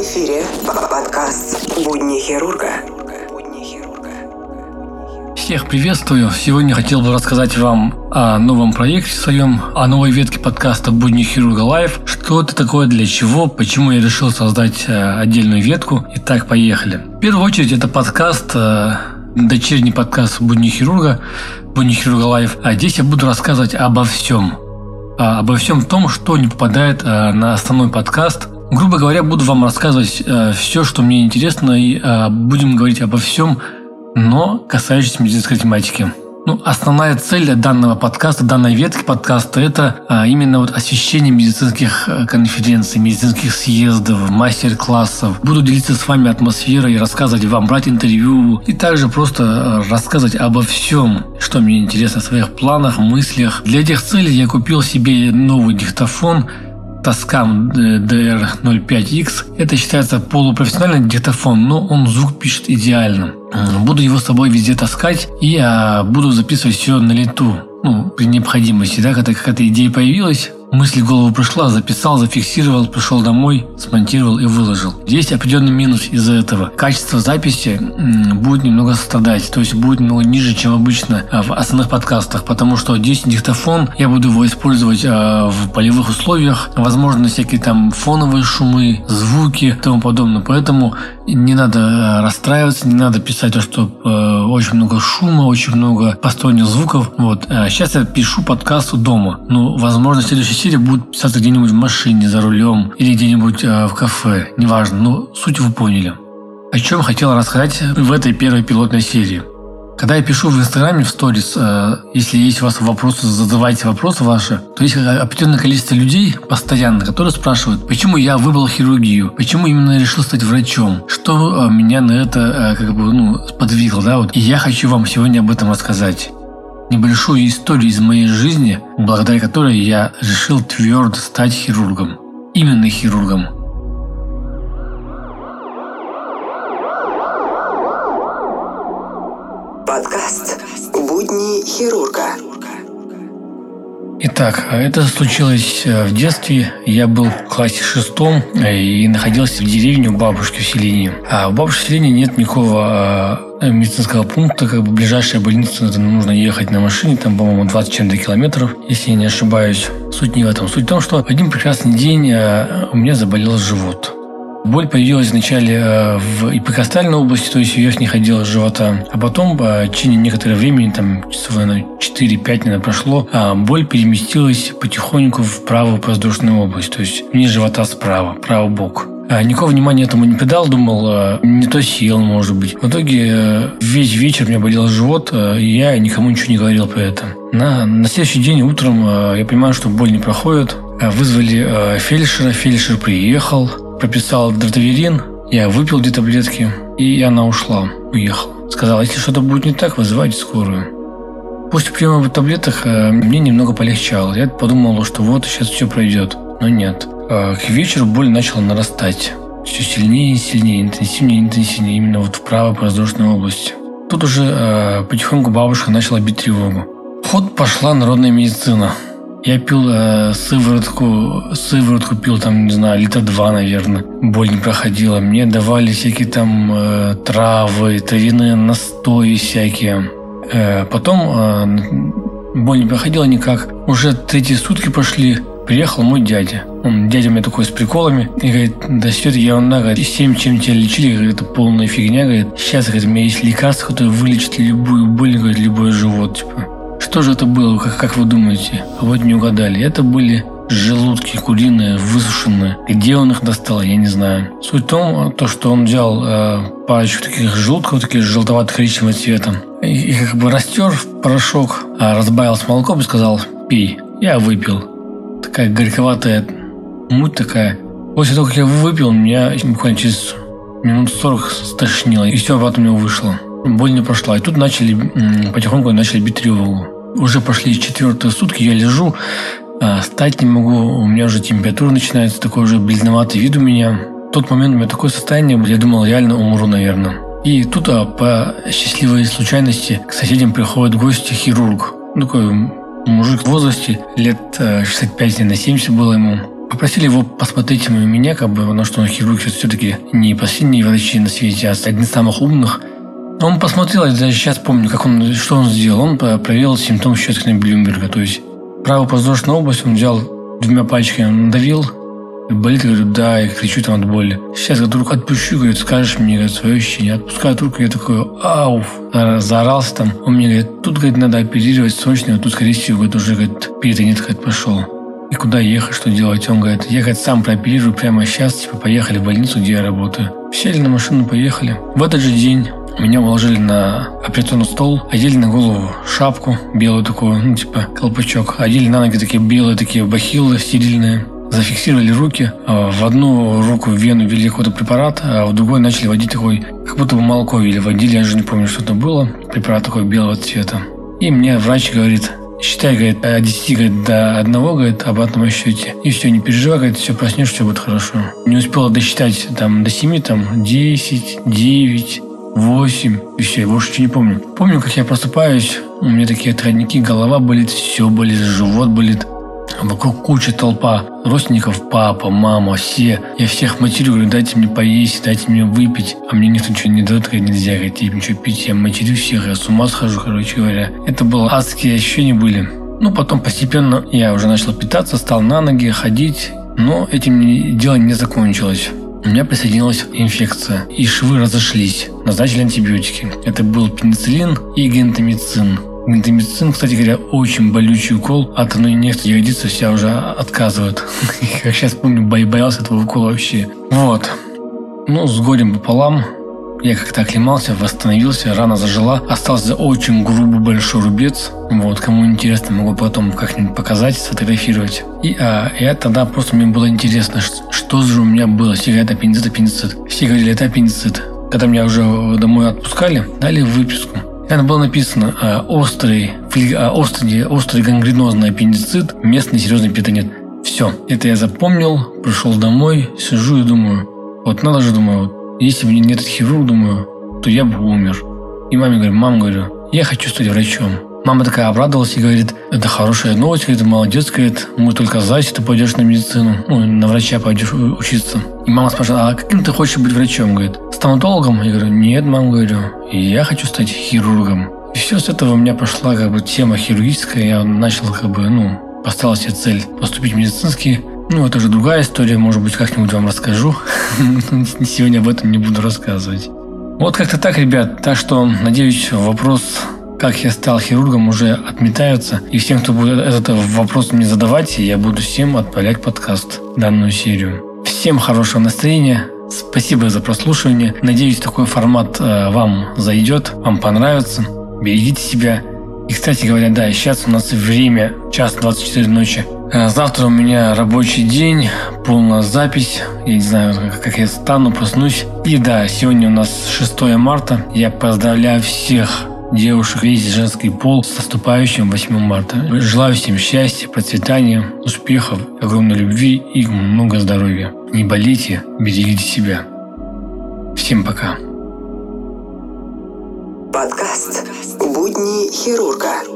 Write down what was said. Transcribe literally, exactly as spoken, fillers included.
эфире подкаст «Будни хирурга». Всех приветствую. Сегодня хотел бы рассказать вам о новом проекте своем, о новой ветке подкаста «Будни хирурга лайв». Что это такое, для чего, почему я решил создать отдельную ветку. Итак, поехали. В первую очередь, это подкаст, дочерний подкаст «Будни хирурга», «Будни хирурга лайв». А здесь я буду рассказывать обо всем. Обо всем том, что не попадает на основной подкаст. Грубо говоря, буду вам рассказывать все, что мне интересно, и будем говорить обо всем, но касающейся медицинской тематики. Ну, основная цель данного подкаста, данной ветки подкаста – это а, именно вот освещение медицинских конференций, медицинских съездов, мастер-классов. Буду делиться с вами атмосферой, рассказывать вам, брать интервью и также просто рассказывать обо всем, что мне интересно, о своих планах, мыслях. Для этих целей я купил себе новый диктофон Tascam ди ар ноль пять икс. Это считается полупрофессиональный диктофон, но он звук пишет идеально. Буду его с собой везде таскать и а, буду записывать все на лету. Ну, при необходимости, да, когда какая-то идея появилась, мысль в голову пришла, записал, зафиксировал, пришел домой, смонтировал и выложил. Есть определенный минус из-за этого. Качество записи м, будет немного страдать, то есть будет немного ниже, чем обычно а, в основных подкастах, потому что здесь диктофон, я буду его использовать а, в полевых условиях, возможно, всякие там фоновые шумы, звуки и тому подобное, поэтому не надо расстраиваться, не надо писать то, что э, очень много шума, очень много посторонних звуков. Вот. А сейчас я пишу подкаст дома. Ну, возможно, следующая серия будет писаться где-нибудь в машине, за рулем или где-нибудь э, в кафе. Неважно, но суть вы поняли. О чем хотел рассказать в этой первой пилотной серии. Когда я пишу в Инстаграме, в сторис, э, если есть у вас вопросы, задавайте вопросы ваши, то есть определенное количество людей постоянно, которые спрашивают, почему я выбрал хирургию, почему именно решил стать врачом, что э, меня на это э, как бы, ну, сподвигло, да, вот. И я хочу вам сегодня об этом рассказать. Небольшую историю из моей жизни, благодаря которой я решил твердо стать хирургом. Именно хирургом. Подкаст «Будни хирурга». Итак, это случилось в детстве. Я был в классе шестом и находился в деревне у бабушки в селении. А у бабушки в селении нет никакого медицинского пункта, как бы ближайшая больница, это нужно ехать на машине, там, по-моему, двадцать с чем-то километров, если я не ошибаюсь. Суть не в этом. Суть в том, что в один прекрасный день у меня заболел живот. Боль появилась вначале в эпикостальной области, то есть в верхних отделах живота, а потом, в течение некоторого времени, там часов четыре-пять, наверное, прошло, боль переместилась потихоньку в правую воздушную область, то есть вниз живота справа, правый бок. Никакого внимания этому не придал, думал, не то сел, может быть. В итоге весь вечер у меня болел живот, и я никому ничего не говорил про это. На, на следующий день утром я понимаю, что боль не проходит. Вызвали фельдшера, фельдшер приехал, прописал дротаверин, я выпил две таблетки, и она ушла, уехала. Сказала, если что-то будет не так, вызывайте скорую. После приема таблеток мне немного полегчало. Я подумал, что вот сейчас все пройдет, но нет. К вечеру боль начала нарастать. Все сильнее и сильнее, интенсивнее и интенсивнее, именно вот в правой воздушной области. Тут уже э, потихоньку бабушка начала бить тревогу. В ход пошла народная медицина. Я пил э, сыворотку, сыворотку пил там, не знаю, литра два, наверное. Боль не проходила. Мне давали всякие там э, травы, травяные настои всякие. Э, потом э, боль не проходила никак. Уже третьи сутки пошли. Приехал мой дядя. Он, дядя у меня такой с приколами. И говорит, да Света, я он, говорит, всем, чем тебя лечили, говорит, это полная фигня. Говорит, сейчас, говорит, у меня есть лекарство, которое вылечит любую боль, говорит, любой живот. Типа. Что же это было, как, как вы думаете? А вот не угадали. Это были желудки куриные, высушенные. Где он их достал, я не знаю. Суть в том, то, что он взял э, парочку таких желудков, таких желтовато-коричневого цвета, и, и как бы растер в порошок, а разбавил с молоком и сказал, пей. Я выпил. Такая горьковатая муть такая. После того, как я выпил, меня буквально через минут сорок стошнило. И все обратно у него вышло. Боль не прошла. И тут начали потихоньку начали бить тревогу. Уже пошли четвертые сутки, я лежу, встать не могу, у меня уже температура начинается, такой уже бледноватый вид у меня. В тот момент у меня такое состояние, я думал, реально умру, наверное. И тут по счастливой случайности к соседям приходит гость хирург. Такой мужик в возрасте, лет шестьдесят пять, наверное, семьдесят было ему. Попросили его посмотреть меня, как бы, на что он хирург все-таки не последние врачи на свете, а один из самых умных. Он посмотрел, я даже сейчас помню, как он, что он сделал. Он проверил симптом щетки Блюмберга. То есть правую подвздошную область он взял двумя пальчиками, надавил, болит, я говорю, да, и кричу там от боли. Сейчас, говорю, руку отпущу, говорит, скажешь мне, говорит, свое ощущение. Отпускаю руку, я такой, ау, заорался там. Он мне говорит, тут, говорит, надо оперировать срочно, вот тут, скорее всего, говорит, уже, говорит, перитонит, говорит, пошел. И куда ехать, что делать? Он говорит, я, говорит, сам прооперирую прямо сейчас, типа, поехали в больницу, где я работаю. Сели на машину, поехали. В этот же день меня уложили на операционный стол, одели на голову шапку белую такую, ну, типа, колпачок, одели на ноги такие белые, такие бахилы стерильные. Зафиксировали руки, в одну руку в вену ввели какой-то препарат, а в другой начали водить такой, как будто бы молоко ввели, водили, я же не помню, что это было, препарат такой белого цвета. И мне врач говорит, считай, говорит, от десяти, говорит, до одного, говорит, об одном счете. И все, не переживай, говорит, все проснешь, все будет хорошо. Не успела досчитать там до семи, там, десять, девять, восемь, и все, я больше ничего не помню. Помню, как я просыпаюсь, у меня такие тройники, голова болит, все болит, живот болит. Вокруг куча толпа родственников, папа, мама, все. Я всех матерю, говорю, дайте мне поесть, дайте мне выпить. А мне никто ничего не дает, говорит, нельзя, говорит, ничего пить. Я матерю всех, я с ума схожу, короче говоря. Это было адские ощущения были. Ну, потом постепенно я уже начал питаться, стал на ноги, ходить. Но этим дело не закончилось. У меня присоединилась инфекция, и швы разошлись. Назначили антибиотики. Это был пенициллин и гентамицин. Гентамицин, кстати говоря, очень болючий укол. От одной инъекции ягодица вся уже отказывает. Как сейчас помню, боялся этого укола вообще. Вот. Ну, с горем пополам. Я как-то оклемался, восстановился, рана зажила. Остался очень грубый большой рубец. Вот, кому интересно, могу потом как-нибудь показать, сфотографировать. И а, я тогда просто мне было интересно, что же у меня было. Все говорят, аппендицит, аппендицит. Все говорили, это аппендицит. Когда меня уже домой отпускали, дали выписку. Там было написано э, острый, э, острый, острый гангренозный аппендицит, местный серьезный перитонит. Все, это я запомнил, пришел домой, сижу и думаю, вот надо же, думаю, если бы не этот хирург, думаю, то я бы умер. И маме говорю, мам, говорю, я хочу стать врачом. Мама такая обрадовалась и говорит, это хорошая новость, говорит, молодец, говорит, мы только за, если ты пойдешь на медицину, ну, на врача пойдешь учиться. И мама спрашивает, а каким ты хочешь быть врачом, говорит, стоматологом? Я говорю, нет, мам, говорю, я хочу стать хирургом. И все с этого у меня пошла как бы тема хирургическая, я начал как бы, ну, поставил себе цель поступить в медицинский. Ну, это уже другая история, может быть, как-нибудь вам расскажу. Сегодня об этом не буду рассказывать. Вот как-то так, ребят, так что, надеюсь, вопрос... Как я стал хирургом, уже отметаются. И всем, кто будет этот вопрос мне задавать, я буду всем отправлять подкаст, данную серию. Всем хорошего настроения. Спасибо за прослушивание. Надеюсь, такой формат э, вам зайдет, вам понравится. Берегите себя. И, кстати говоря, да, сейчас у нас время час двадцать четыре ночи. Э, завтра у меня рабочий день, полная запись. Я не знаю, как я стану, проснусь. И да, сегодня у нас шестое марта. Я поздравляю всех девушек, весь женский пол с наступающим восьмым марта. Желаю всем счастья, процветания, успехов, огромной любви и много здоровья. Не болейте, берегите себя. Всем пока. Подкаст «Будни хирурга».